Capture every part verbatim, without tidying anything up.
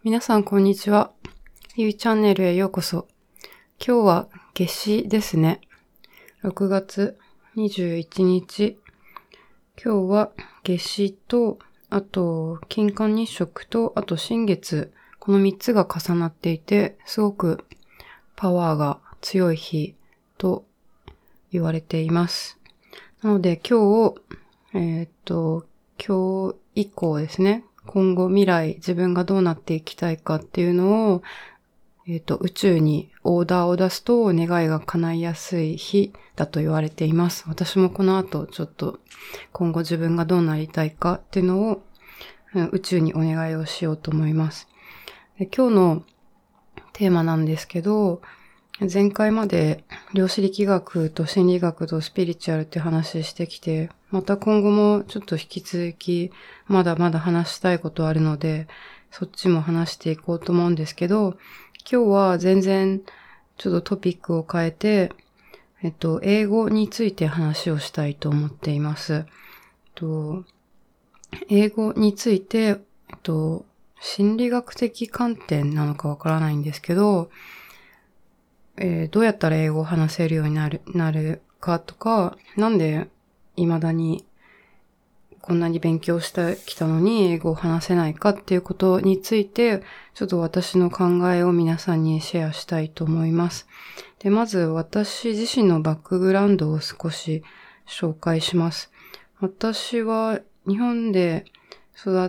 皆さんこんにちは。ゆいチャンネルへようこそ。今日は夏至ですね。ろくがつにじゅういちにち。今日は夏至と、あと金環日食と、あと新月。このみっつが重なっていて、すごくパワーが強い日と言われています。なので今日、えーっと、今日以降ですね。今後未来自分がどうなっていきたいかっていうのを、えっと、宇宙にオーダーを出すと願いが叶いやすい日だと言われています。私もこの後ちょっと今後自分がどうなりたいかっていうのを、うん、宇宙にお願いをしようと思います。で、今日のテーマなんですけど、前回まで量子力学と心理学とスピリチュアルって話してきて、また今後もちょっと引き続きまだまだ話したいことあるので、そっちも話していこうと思うんですけど、今日は全然ちょっとトピックを変えて、えっと、英語について話をしたいと思っています。えっと、英語について、えっと、心理学的観点なのかわからないんですけど、えー、どうやったら英語を話せるようになる、なるかとか、なんで未だにこんなに勉強してきたのに英語を話せないかっていうことについて、ちょっと私の考えを皆さんにシェアしたいと思います。で、まず私自身のバックグラウンドを少し紹介します。私は日本で育って、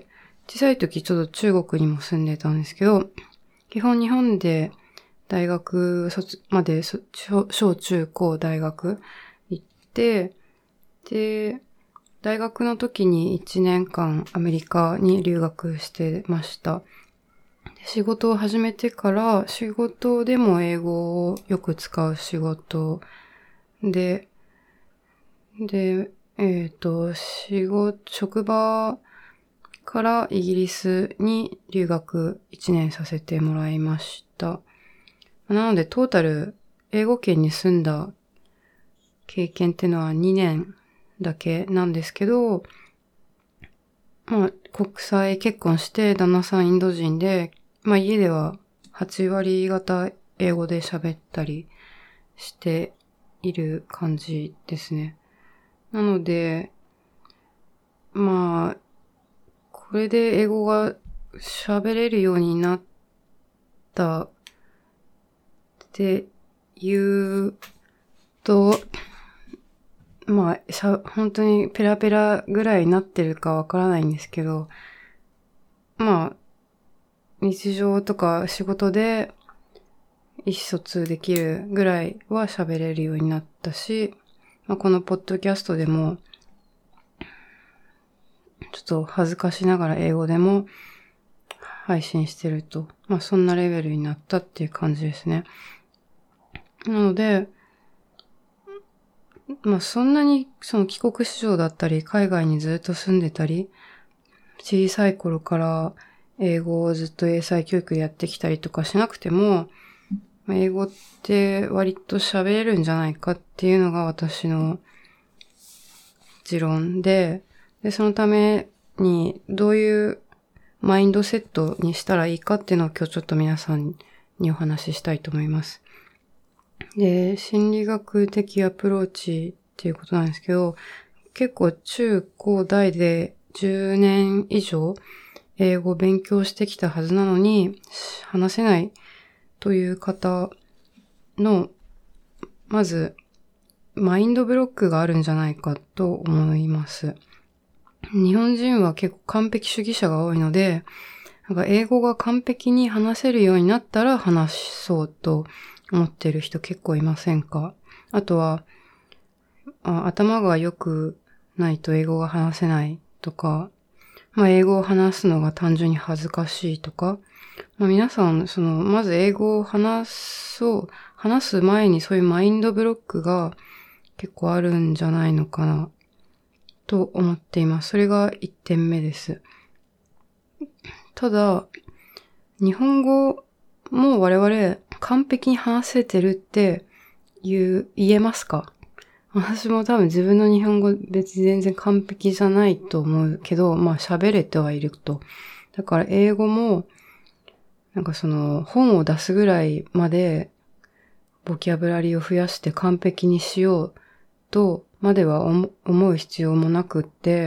小さい時ちょっと中国にも住んでたんですけど、基本日本で大学卒まで小中高大学行って、で、大学の時にいちねんかんアメリカに留学してました。で、仕事を始めてから仕事でも英語をよく使う仕事で、で、えっと、仕事、職場からイギリスに留学いちねんさせてもらいました。なので、トータル、英語圏に住んだ経験っていうのはにねんだけなんですけど、まあ、国際結婚して、旦那さんインド人で、まあ家でははちわり方英語で喋ったりしている感じですね。なので、まあ、これで英語が喋れるようになったっていうと、まあ、しゃ、本当にペラペラぐらいになってるかわからないんですけど、まあ、日常とか仕事で意思疎通できるぐらいは喋れるようになったし、まあ、このポッドキャストでも、ちょっと恥ずかしながら英語でも配信してると、まあそんなレベルになったっていう感じですね。なので、まあそんなにその帰国子女だったり、海外にずっと住んでたり、小さい頃から英語をずっと英才教育でやってきたりとかしなくても、英語って割と喋れるんじゃないかっていうのが私の持論で、で、そのためにどういうマインドセットにしたらいいかっていうのを今日ちょっと皆さんにお話ししたいと思います。で、心理学的アプローチっていうことなんですけど、結構中高大でじゅうねん以上英語を勉強してきたはずなのに話せないという方の、まずマインドブロックがあるんじゃないかと思います。日本人は結構完璧主義者が多いので、なんか英語が完璧に話せるようになったら話そうと思ってる人結構いませんか？あとは、あ、頭が良くないと英語が話せないとか、まあ英語を話すのが単純に恥ずかしいとか、まあ皆さん、その、まず英語を話そう、話す前にそういうマインドブロックが結構あるんじゃないのかなと思っています。それがいってんめです。ただ、日本語も我々完璧に話せてるって言う、言えますか？私も多分自分の日本語別に全然完璧じゃないと思うけど、まあ喋れてはいると。 だから英語も、なんかその本を出すぐらいまでボキャブラリーを増やして完璧にしようとまでは思う必要もなくって、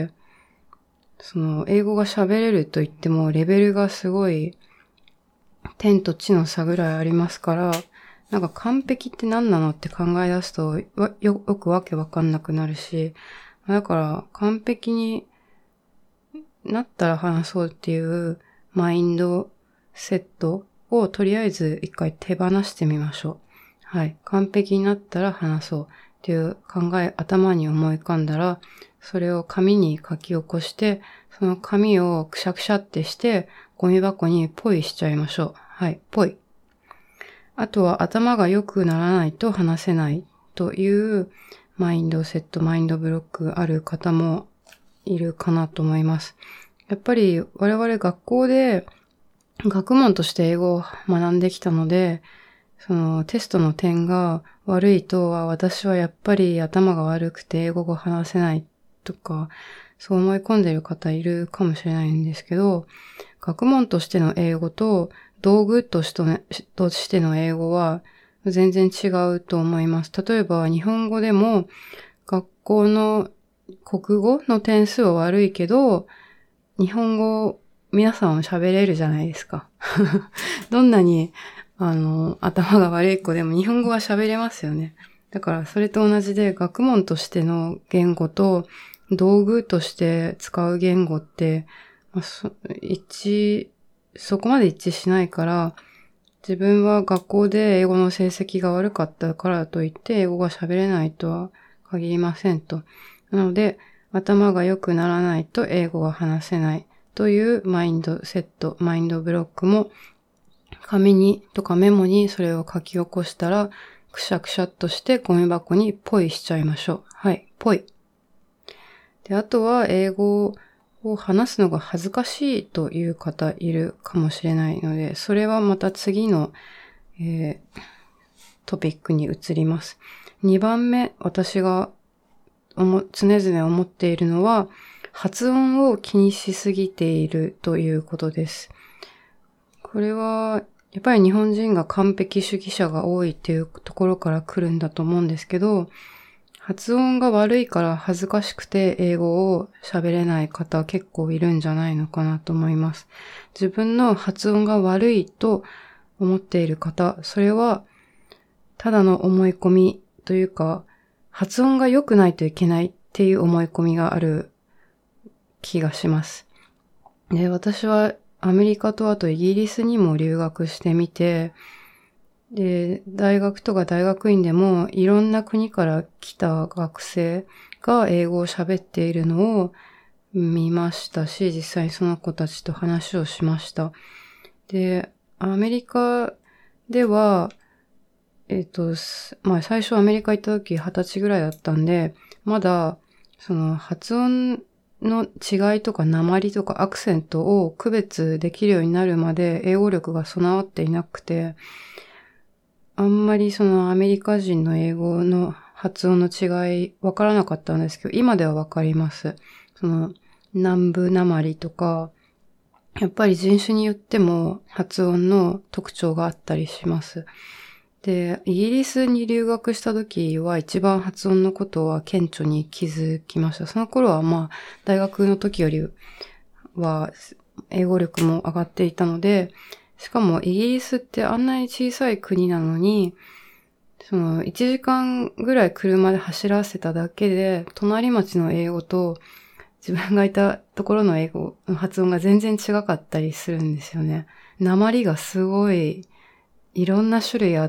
その英語が喋れると言ってもレベルがすごい天と地の差ぐらいありますから、なんか完璧って何なのって考え出すとよ、よくわけわかんなくなるし、だから完璧になったら話そうっていうマインドセットをとりあえず一回手放してみましょう。はい。完璧になったら話そうっていう考え、頭に思い浮かんだら、それを紙に書き起こして、その紙をくしゃくしゃってして、ゴミ箱にポイしちゃいましょう。はい。ポイ。あとは頭が良くならないと話せないというマインドセット、マインドブロックある方もいるかなと思います。やっぱり我々学校で学問として英語を学んできたので、そのテストの点が悪いとは私はやっぱり頭が悪くて英語が話せないとか、そう思い込んでいる方いるかもしれないんですけど、学問としての英語と道具としての英語は全然違うと思います。例えば日本語でも学校の国語の点数は悪いけど、日本語皆さんは喋れるじゃないですか。どんなにあの頭が悪い子でも日本語は喋れますよね。だからそれと同じで学問としての言語と道具として使う言語って、まあ、そ一致、そこまで一致しないから、自分は学校で英語の成績が悪かったからといって英語が喋れないとは限りませんと。なので、頭が良くならないと英語が話せないというマインドセット、マインドブロックも紙にとかメモにそれを書き起こしたらくしゃくしゃっとしてゴミ箱にポイしちゃいましょう。はい、ポイ。で、あとは英語を話すのが恥ずかしいという方いるかもしれないので、それはまた次の、えー、トピックに移ります。にばんめ、私が常々思っているのは、発音を気にしすぎているということです。これは、やっぱり日本人が完璧主義者が多いっていうところから来るんだと思うんですけど、発音が悪いから恥ずかしくて英語を喋れない方結構いるんじゃないのかなと思います。自分の発音が悪いと思っている方、それはただの思い込みというか、発音が良くないといけないっていう思い込みがある気がします。で、私はアメリカとあとイギリスにも留学してみて、で、大学とか大学院でもいろんな国から来た学生が英語を喋っているのを見ましたし、実際にその子たちと話をしました。で、アメリカでは、えっと、まあ最初アメリカ行った時はたちぐらいだったんで、まだその発音の違いとか訛りとかアクセントを区別できるようになるまで英語力が備わっていなくて、あんまりそのアメリカ人の英語の発音の違いわからなかったんですけど、今ではわかります。その南部訛りとか、やっぱり人種によっても発音の特徴があったりします。で、イギリスに留学した時は一番発音のことは顕著に気づきました。その頃はまあ大学の時よりは英語力も上がっていたので、しかもイギリスってあんなに小さい国なのに、そのいちじかんぐらい車で走らせただけで、隣町の英語と自分がいたところの英語の発音が全然違かったりするんですよね。訛りがすごいいろんな種類あって、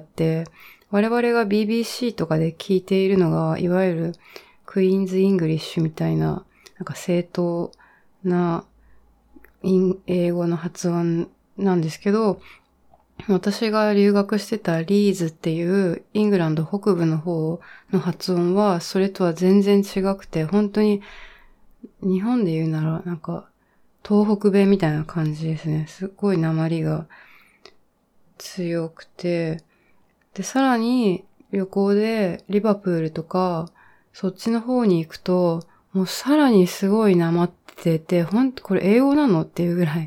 我々が ビービーシー とかで聞いているのが、いわゆるクイーンズ・イングリッシュみたいな、なんか正当な英語の発音なんですけど、私が留学してたリーズっていうイングランド北部の方の発音はそれとは全然違くて、本当に日本で言うならなんか東北弁みたいな感じですね。すっごい訛りが強くて、でさらに旅行でリバプールとかそっちの方に行くともうさらにすごい訛ってて、ほんとこれ英語なのっていうぐらい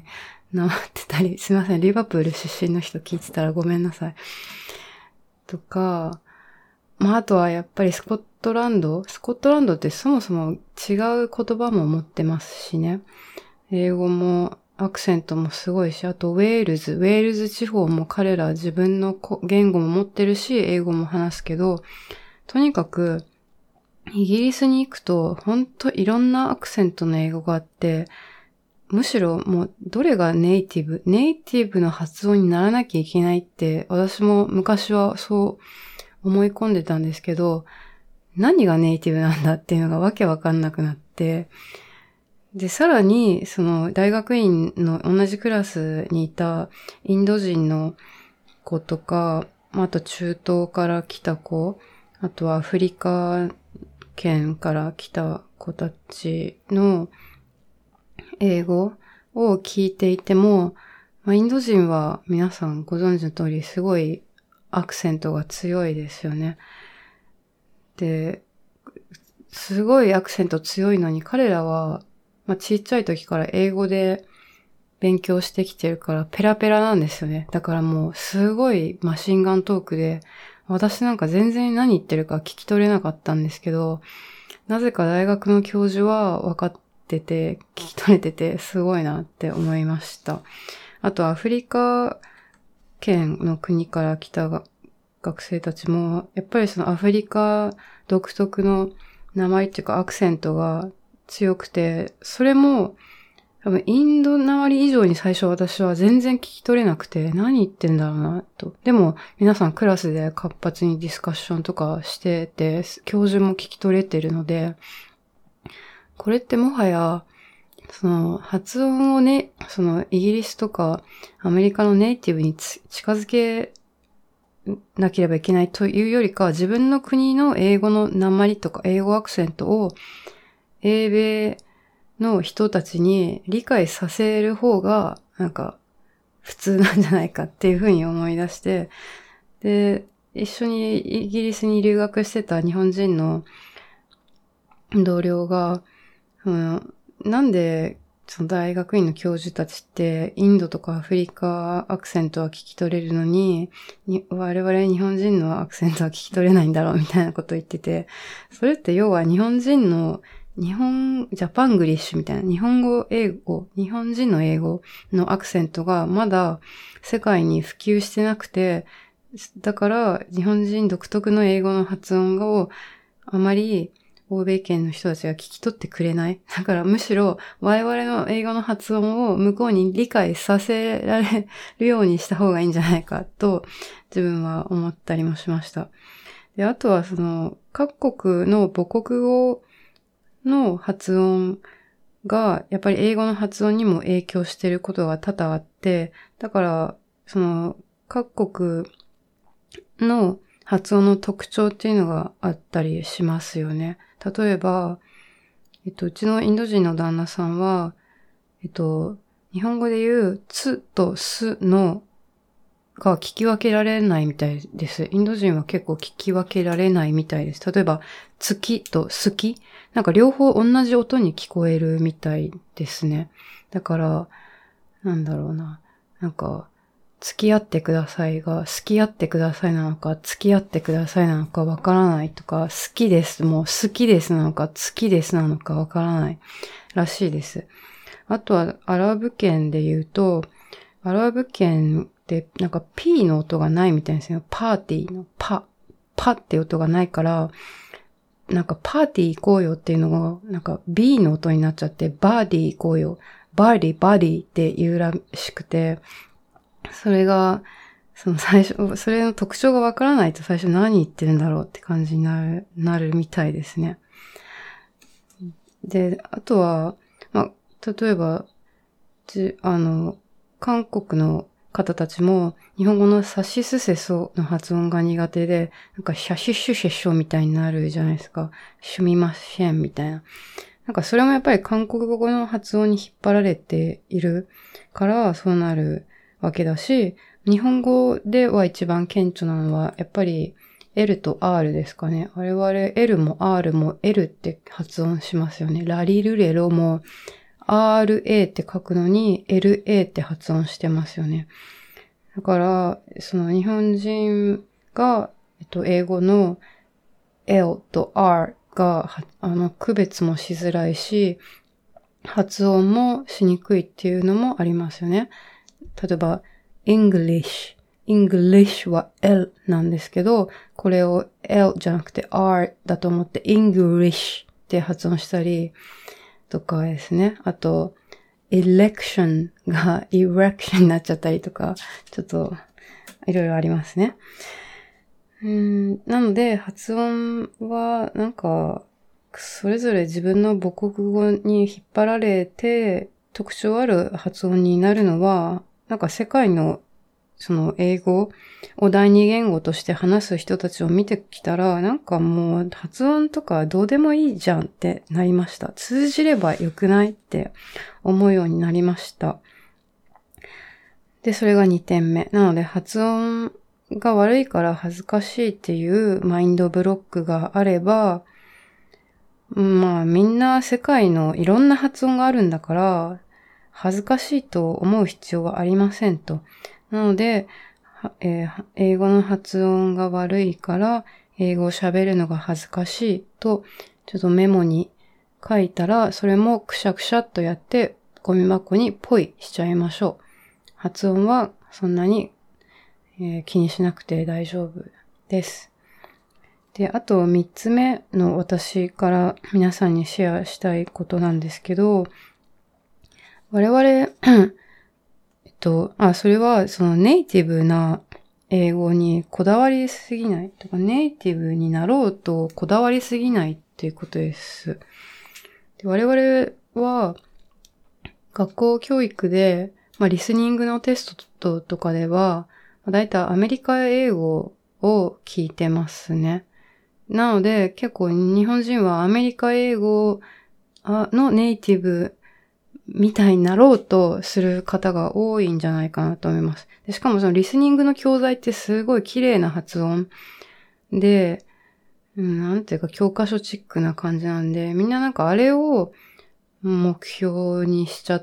なまってたり、すいません、リバプール出身の人聞いてたらごめんなさい。とか、まああとはやっぱりスコットランド、スコットランドってそもそも違う言葉も持ってますしね。英語もアクセントもすごいし、あとウェールズ、ウェールズ地方も彼ら自分の言語も持ってるし、英語も話すけど、とにかくイギリスに行くとほんといろんなアクセントの英語があって、むしろもうどれがネイティブ、ネイティブの発音にならなきゃいけないって私も昔はそう思い込んでたんですけど、何がネイティブなんだっていうのがわけわかんなくなって、で、さらにその大学院の同じクラスにいたインド人の子とか、あと中東から来た子、あとはアフリカ圏から来た子たちの英語を聞いていても、まあ、インド人は皆さんご存知の通りすごいアクセントが強いですよね。で、すごいアクセント強いのに彼らは、まあ、ちっちゃい時から英語で勉強してきてるからペラペラなんですよね。だからもうすごいマシンガントークで、私なんか全然何言ってるか聞き取れなかったんですけど、なぜか大学の教授は分かってて、聞き取れててすごいなって思いました。あとアフリカ圏の国から来た学生たちも、やっぱりそのアフリカ独特の名前っていうかアクセントが強くて、それも多分インドなまり以上に最初私は全然聞き取れなくて、何言ってんだろうなと。でも皆さんクラスで活発にディスカッションとかしてて、教授も聞き取れてるので、これってもはやその発音をね、そのイギリスとかアメリカのネイティブに近づけなければいけないというよりかは、自分の国の英語の訛りとか英語アクセントを英米の人たちに理解させる方がなんか普通なんじゃないかっていうふうに思い出して、で、一緒にイギリスに留学してた日本人の同僚が、うん、なんでその大学院の教授たちってインドとかアフリカアクセントは聞き取れるのに、に我々日本人のアクセントは聞き取れないんだろうみたいなことを言ってて、それって要は日本人の日本、ジャパングリッシュみたいな、日本語、英語、日本人の英語のアクセントがまだ世界に普及してなくて、だから日本人独特の英語の発音をあまり欧米圏の人たちが聞き取ってくれない。だからむしろ我々の英語の発音を向こうに理解させられるようにした方がいいんじゃないかと自分は思ったりもしました。で、あとはその各国の母国語の発音がやっぱり英語の発音にも影響していることが多々あって、だからその各国の発音の特徴っていうのがあったりしますよね。例えば、えっと、うちのインド人の旦那さんは、えっと、日本語で言うつとすのが聞き分けられないみたいです。インド人は結構聞き分けられないみたいです。例えば、月と好き。なんか両方同じ音に聞こえるみたいですね。だから、なんだろうな。なんか、付き合ってくださいが、好き合ってくださいなのか、付き合ってくださいなのかわからないとか、好きです、もう好きですなのか、好きですなのかわからないらしいです。あとは、アラブ圏で言うと、アラブ圏ってなんか P の音がないみたいですよ。パーティーのパ、パって音がないから、なんかパーティー行こうよっていうのが、なんか B の音になっちゃって、バーディー行こうよ。バーディー、バーディーって言うらしくて、それが、その最初、それの特徴がわからないと最初何言ってるんだろうって感じになる、なるみたいですね。で、あとは、まあ、例えば、じ、あの、韓国の方たちも日本語のサシスセソの発音が苦手で、なんかシャシュシュシェショみたいになるじゃないですか。シュミマシェンみたいな。なんかそれもやっぱり韓国語の発音に引っ張られているからそうなるわけだし、日本語では一番顕著なのはやっぱり L と R ですかね。我々 L も R も L って発音しますよね。ラリルレロもアールエー って書くのに エルエー って発音してますよね。だから、その日本人が、えっと、英語の L と R が、あの、区別もしづらいし、発音もしにくいっていうのもありますよね。例えば、English。English は L なんですけど、これを L じゃなくて R だと思って English って発音したりとかですね。あと、election が erection になっちゃったりとか、ちょっといろいろありますね。うーん、なので発音はなんかそれぞれ自分の母国語に引っ張られて特徴ある発音になるのは、なんか世界のその英語を第二言語として話す人たちを見てきたら、なんかもう発音とかどうでもいいじゃんってなりました。通じればよくないって思うようになりました。で、それがにてんめ。なので発音が悪いから恥ずかしいっていうマインドブロックがあれば、まあみんな世界のいろんな発音があるんだから、恥ずかしいと思う必要はありませんと。なので、えー、英語の発音が悪いから英語を喋るのが恥ずかしいとちょっとメモに書いたら、それもくしゃくしゃっとやってゴミ箱にポイしちゃいましょう。発音はそんなに、えー、気にしなくて大丈夫です。で、あと三つ目の私から皆さんにシェアしたいことなんですけど、我々えっと、あ、それはそのネイティブな英語にこだわりすぎないとか、ネイティブになろうとこだわりすぎないっていうことです。で、我々は学校教育で、まあ、リスニングのテストとかでは、だいたいアメリカ英語を聞いてますね。なので結構日本人はアメリカ英語のネイティブみたいになろうとする方が多いんじゃないかなと思います。で、しかもそのリスニングの教材ってすごい綺麗な発音で、うん、なんていうか教科書チックな感じなんで、みんななんかあれを目標にしちゃって、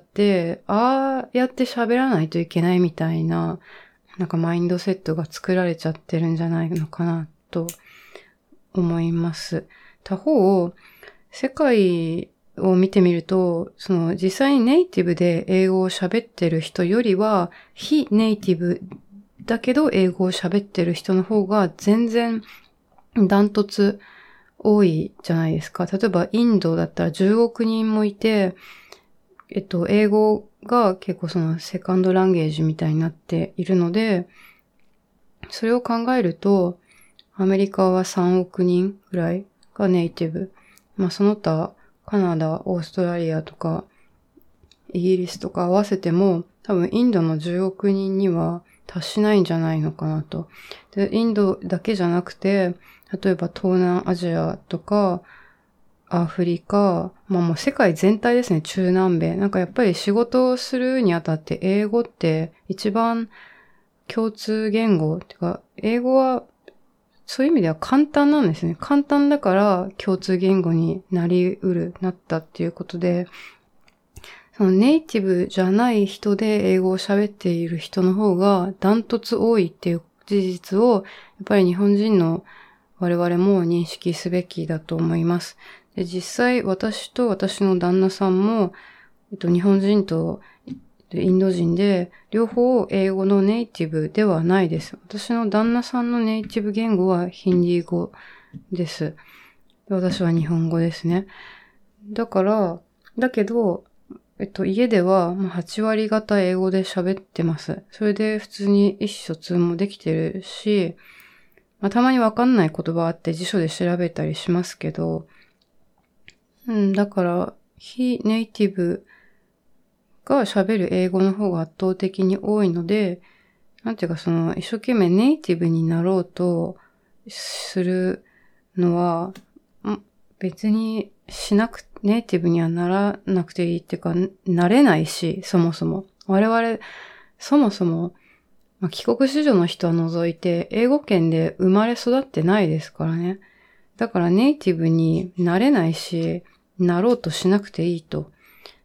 ああやって喋らないといけないみたいな、なんかマインドセットが作られちゃってるんじゃないのかなと思います。他方、世界を見てみると、その実際にネイティブで英語を喋ってる人よりは、非ネイティブだけど英語を喋ってる人の方が全然ダントツ多いじゃないですか。例えばインドだったらじゅうおくにんもいて、えっと、英語が結構そのセカンドランゲージみたいになっているので、それを考えると、アメリカはさんおくにんぐらいがネイティブ。まあその他、カナダ、オーストラリアとか、イギリスとか合わせても、多分インドのじゅうおくにんには達しないんじゃないのかなと。で、インドだけじゃなくて、例えば東南アジアとか、アフリカ、まあもう世界全体ですね、中南米。なんかやっぱり仕事をするにあたって英語って一番共通言語っていうか、英語はそういう意味では簡単なんですね。簡単だから共通言語になり得る、なったっていうことで、そのネイティブじゃない人で英語を喋っている人の方がダントツ多いっていう事実を、やっぱり日本人の我々も認識すべきだと思います。で、実際私と私の旦那さんも、えっと、日本人とインド人で、両方英語のネイティブではないです。私の旦那さんのネイティブ言語はヒンディー語です。で、私は日本語ですね。だから、だけど、えっと、家でははちわり方英語で喋ってます。それで普通に意思疎通もできてるし、まあ、たまにわかんない言葉あって辞書で調べたりしますけど、うん、だから、非ネイティブが喋る英語の方が圧倒的に多いので、なんていうかその一生懸命ネイティブになろうとするのは、別にしなく、ネイティブにはならなくていいっていうか、なれないし、そもそも。我々、そもそも、まあ、帰国子女の人は除いて、英語圏で生まれ育ってないですからね。だからネイティブになれないし、なろうとしなくていいと。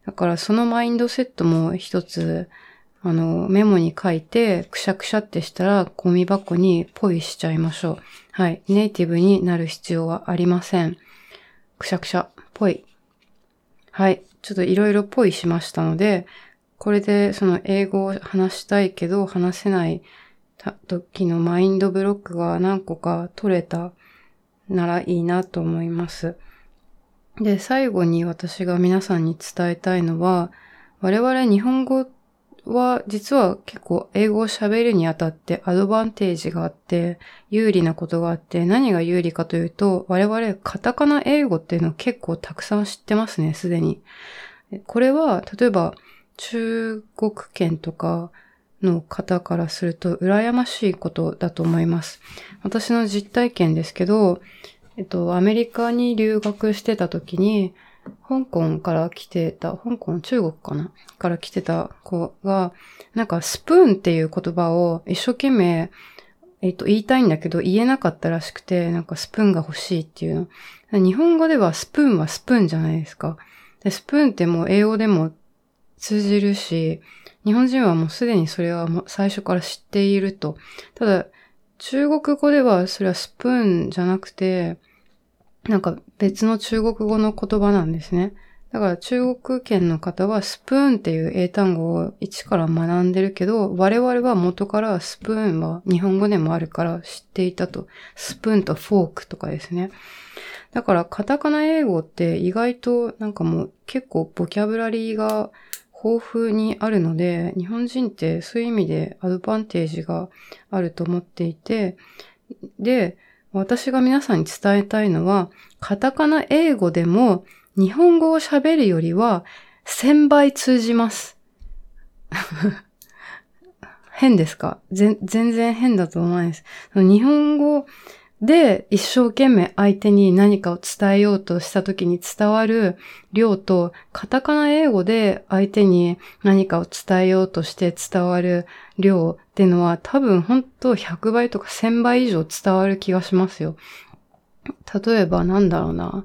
だからそのマインドセットも一つ、あの、メモに書いて、くしゃくしゃってしたら、ゴミ箱にポイしちゃいましょう。はい。ネイティブになる必要はありません。くしゃくしゃ、ポイ。はい。ちょっといろいろポイしましたので、これでその英語を話したいけど話せない時のマインドブロックが何個か取れたならいいなと思います。で、最後に私が皆さんに伝えたいのは、我々日本語は実は結構英語を喋るにあたってアドバンテージがあって有利なことがあって、何が有利かというと、我々カタカナ英語っていうのを結構たくさん知ってますね、すでに。これは例えば中国圏とかの方からすると羨ましいことだと思います。私の実体験ですけど、えっと、アメリカに留学してた時に、香港から来てた、香港、中国かなから来てた子が、なんかスプーンっていう言葉を一生懸命、えっと、言いたいんだけど言えなかったらしくて、なんかスプーンが欲しいっていうの。日本語ではスプーンはスプーンじゃないですか。で、スプーンってもう英語でも通じるし、日本人はもうすでにそれはもう最初から知っていると。ただ、中国語ではそれはスプーンじゃなくて、なんか別の中国語の言葉なんですね。だから中国圏の方はスプーンっていう英単語を一から学んでるけど、我々は元からスプーンは日本語でもあるから知っていたと。スプーンとフォークとかですね。だからカタカナ英語って意外となんかもう結構ボキャブラリーが豊富にあるので、日本人ってそういう意味でアドバンテージがあると思っていて、で、私が皆さんに伝えたいのは、カタカナ英語でも日本語を喋るよりは千倍通じます。変ですか？全然変だと思わないです。日本語で一生懸命相手に何かを伝えようとした時に伝わる量と、カタカナ英語で相手に何かを伝えようとして伝わる量っていうのは多分本当ひゃくばいとかせんばい以上伝わる気がしますよ。例えばなんだろうな。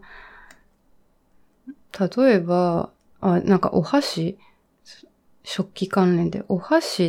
例えば、あ、なんかお箸、食器関連で、お箸って、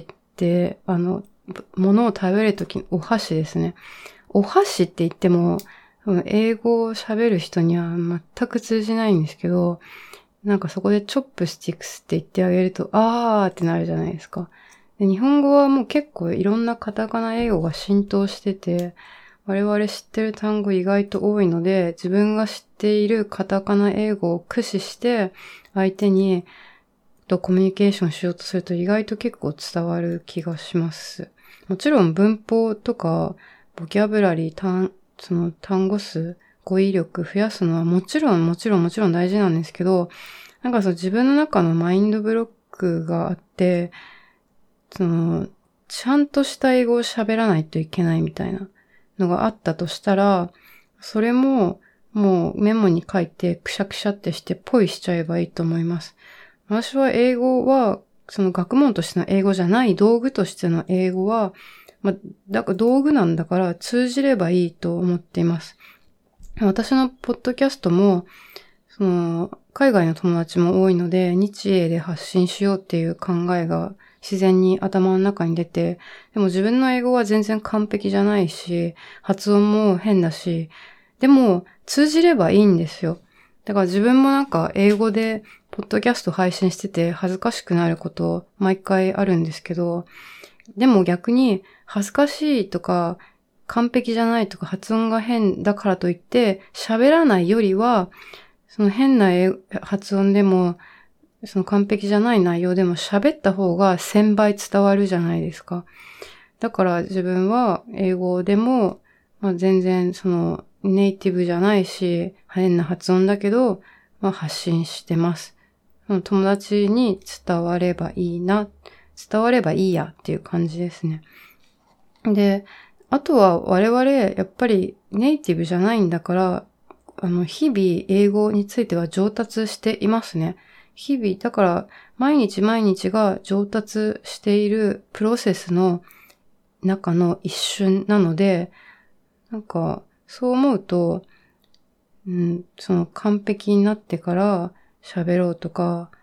あの、物を食べるときにお箸ですね。お箸って言っても、英語を喋る人には全く通じないんですけど、なんかそこでチョップスティックスって言ってあげると、あーってなるじゃないですか。で、日本語はもう結構いろんなカタカナ英語が浸透してて、我々知ってる単語意外と多いので、自分が知っているカタカナ英語を駆使して相手にとコミュニケーションしようとすると意外と結構伝わる気がします。もちろん文法とかボキャブラリー、単、その単語数、語彙力増やすのはもちろんもちろんもちろん大事なんですけど、なんかそう自分の中のマインドブロックがあって、その、ちゃんとした英語を喋らないといけないみたいなのがあったとしたら、それももうメモに書いてくしゃくしゃってしてポイしちゃえばいいと思います。私は英語は、その学問としての英語じゃない道具としての英語は、まあ、だから道具なんだから通じればいいと思っています。私のポッドキャストも、その、海外の友達も多いので、日英で発信しようっていう考えが自然に頭の中に出て、でも自分の英語は全然完璧じゃないし、発音も変だし、でも通じればいいんですよ。だから自分もなんか英語でポッドキャスト配信してて恥ずかしくなること毎回あるんですけど、でも逆に恥ずかしいとか完璧じゃないとか発音が変だからといって喋らないよりは、その変な発音でもその完璧じゃない内容でも喋った方が千倍伝わるじゃないですか。だから自分は英語でも、まあ、全然そのネイティブじゃないし変な発音だけど、まあ、発信してます。友達に伝わればいいな、伝わればいいやっていう感じですね。で、あとは我々やっぱりネイティブじゃないんだから、あの日々英語については上達していますね。日々、だから毎日毎日が上達しているプロセスの中の一瞬なので、なんかそう思うと、うん、その完璧になってから喋ろうとか、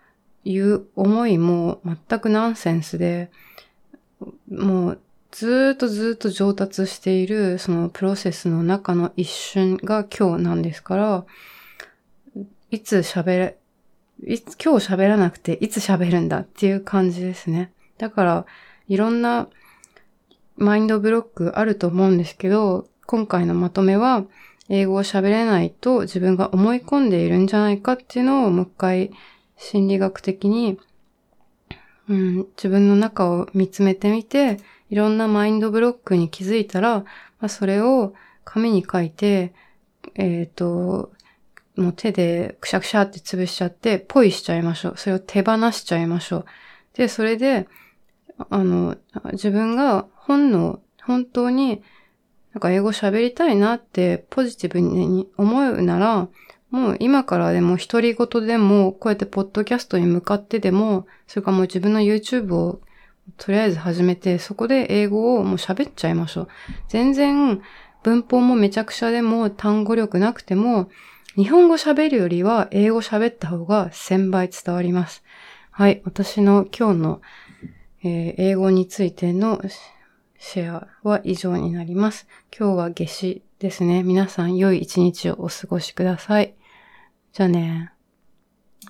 いう思いも全くナンセンスで、もうずーっとずーっと上達しているそのプロセスの中の一瞬が今日なんですから、いつ喋れ、いつ、今日喋らなくていつ喋るんだっていう感じですね。だから、いろんなマインドブロックあると思うんですけど、今回のまとめは、英語を喋れないと自分が思い込んでいるんじゃないかっていうのをもう一回心理学的に、うん、自分の中を見つめてみて、いろんなマインドブロックに気づいたら、まあ、それを紙に書いて、えっと、もう手でくしゃくしゃって潰しちゃって、ポイしちゃいましょう。それを手放しちゃいましょう。で、それで、あの、自分が本の、本当になんか英語喋りたいなってポジティブに思うなら、もう今からでも独り言でも、こうやってポッドキャストに向かってでも、それからもう自分の YouTube をとりあえず始めて、そこで英語をもう喋っちゃいましょう。全然文法もめちゃくちゃでも単語力なくても、日本語喋るよりは英語喋った方が千倍伝わります。はい、私の今日の、えー、英語についてのシェアは以上になります。今日は夏至ですね。皆さん良い一日をお過ごしください。じゃあね。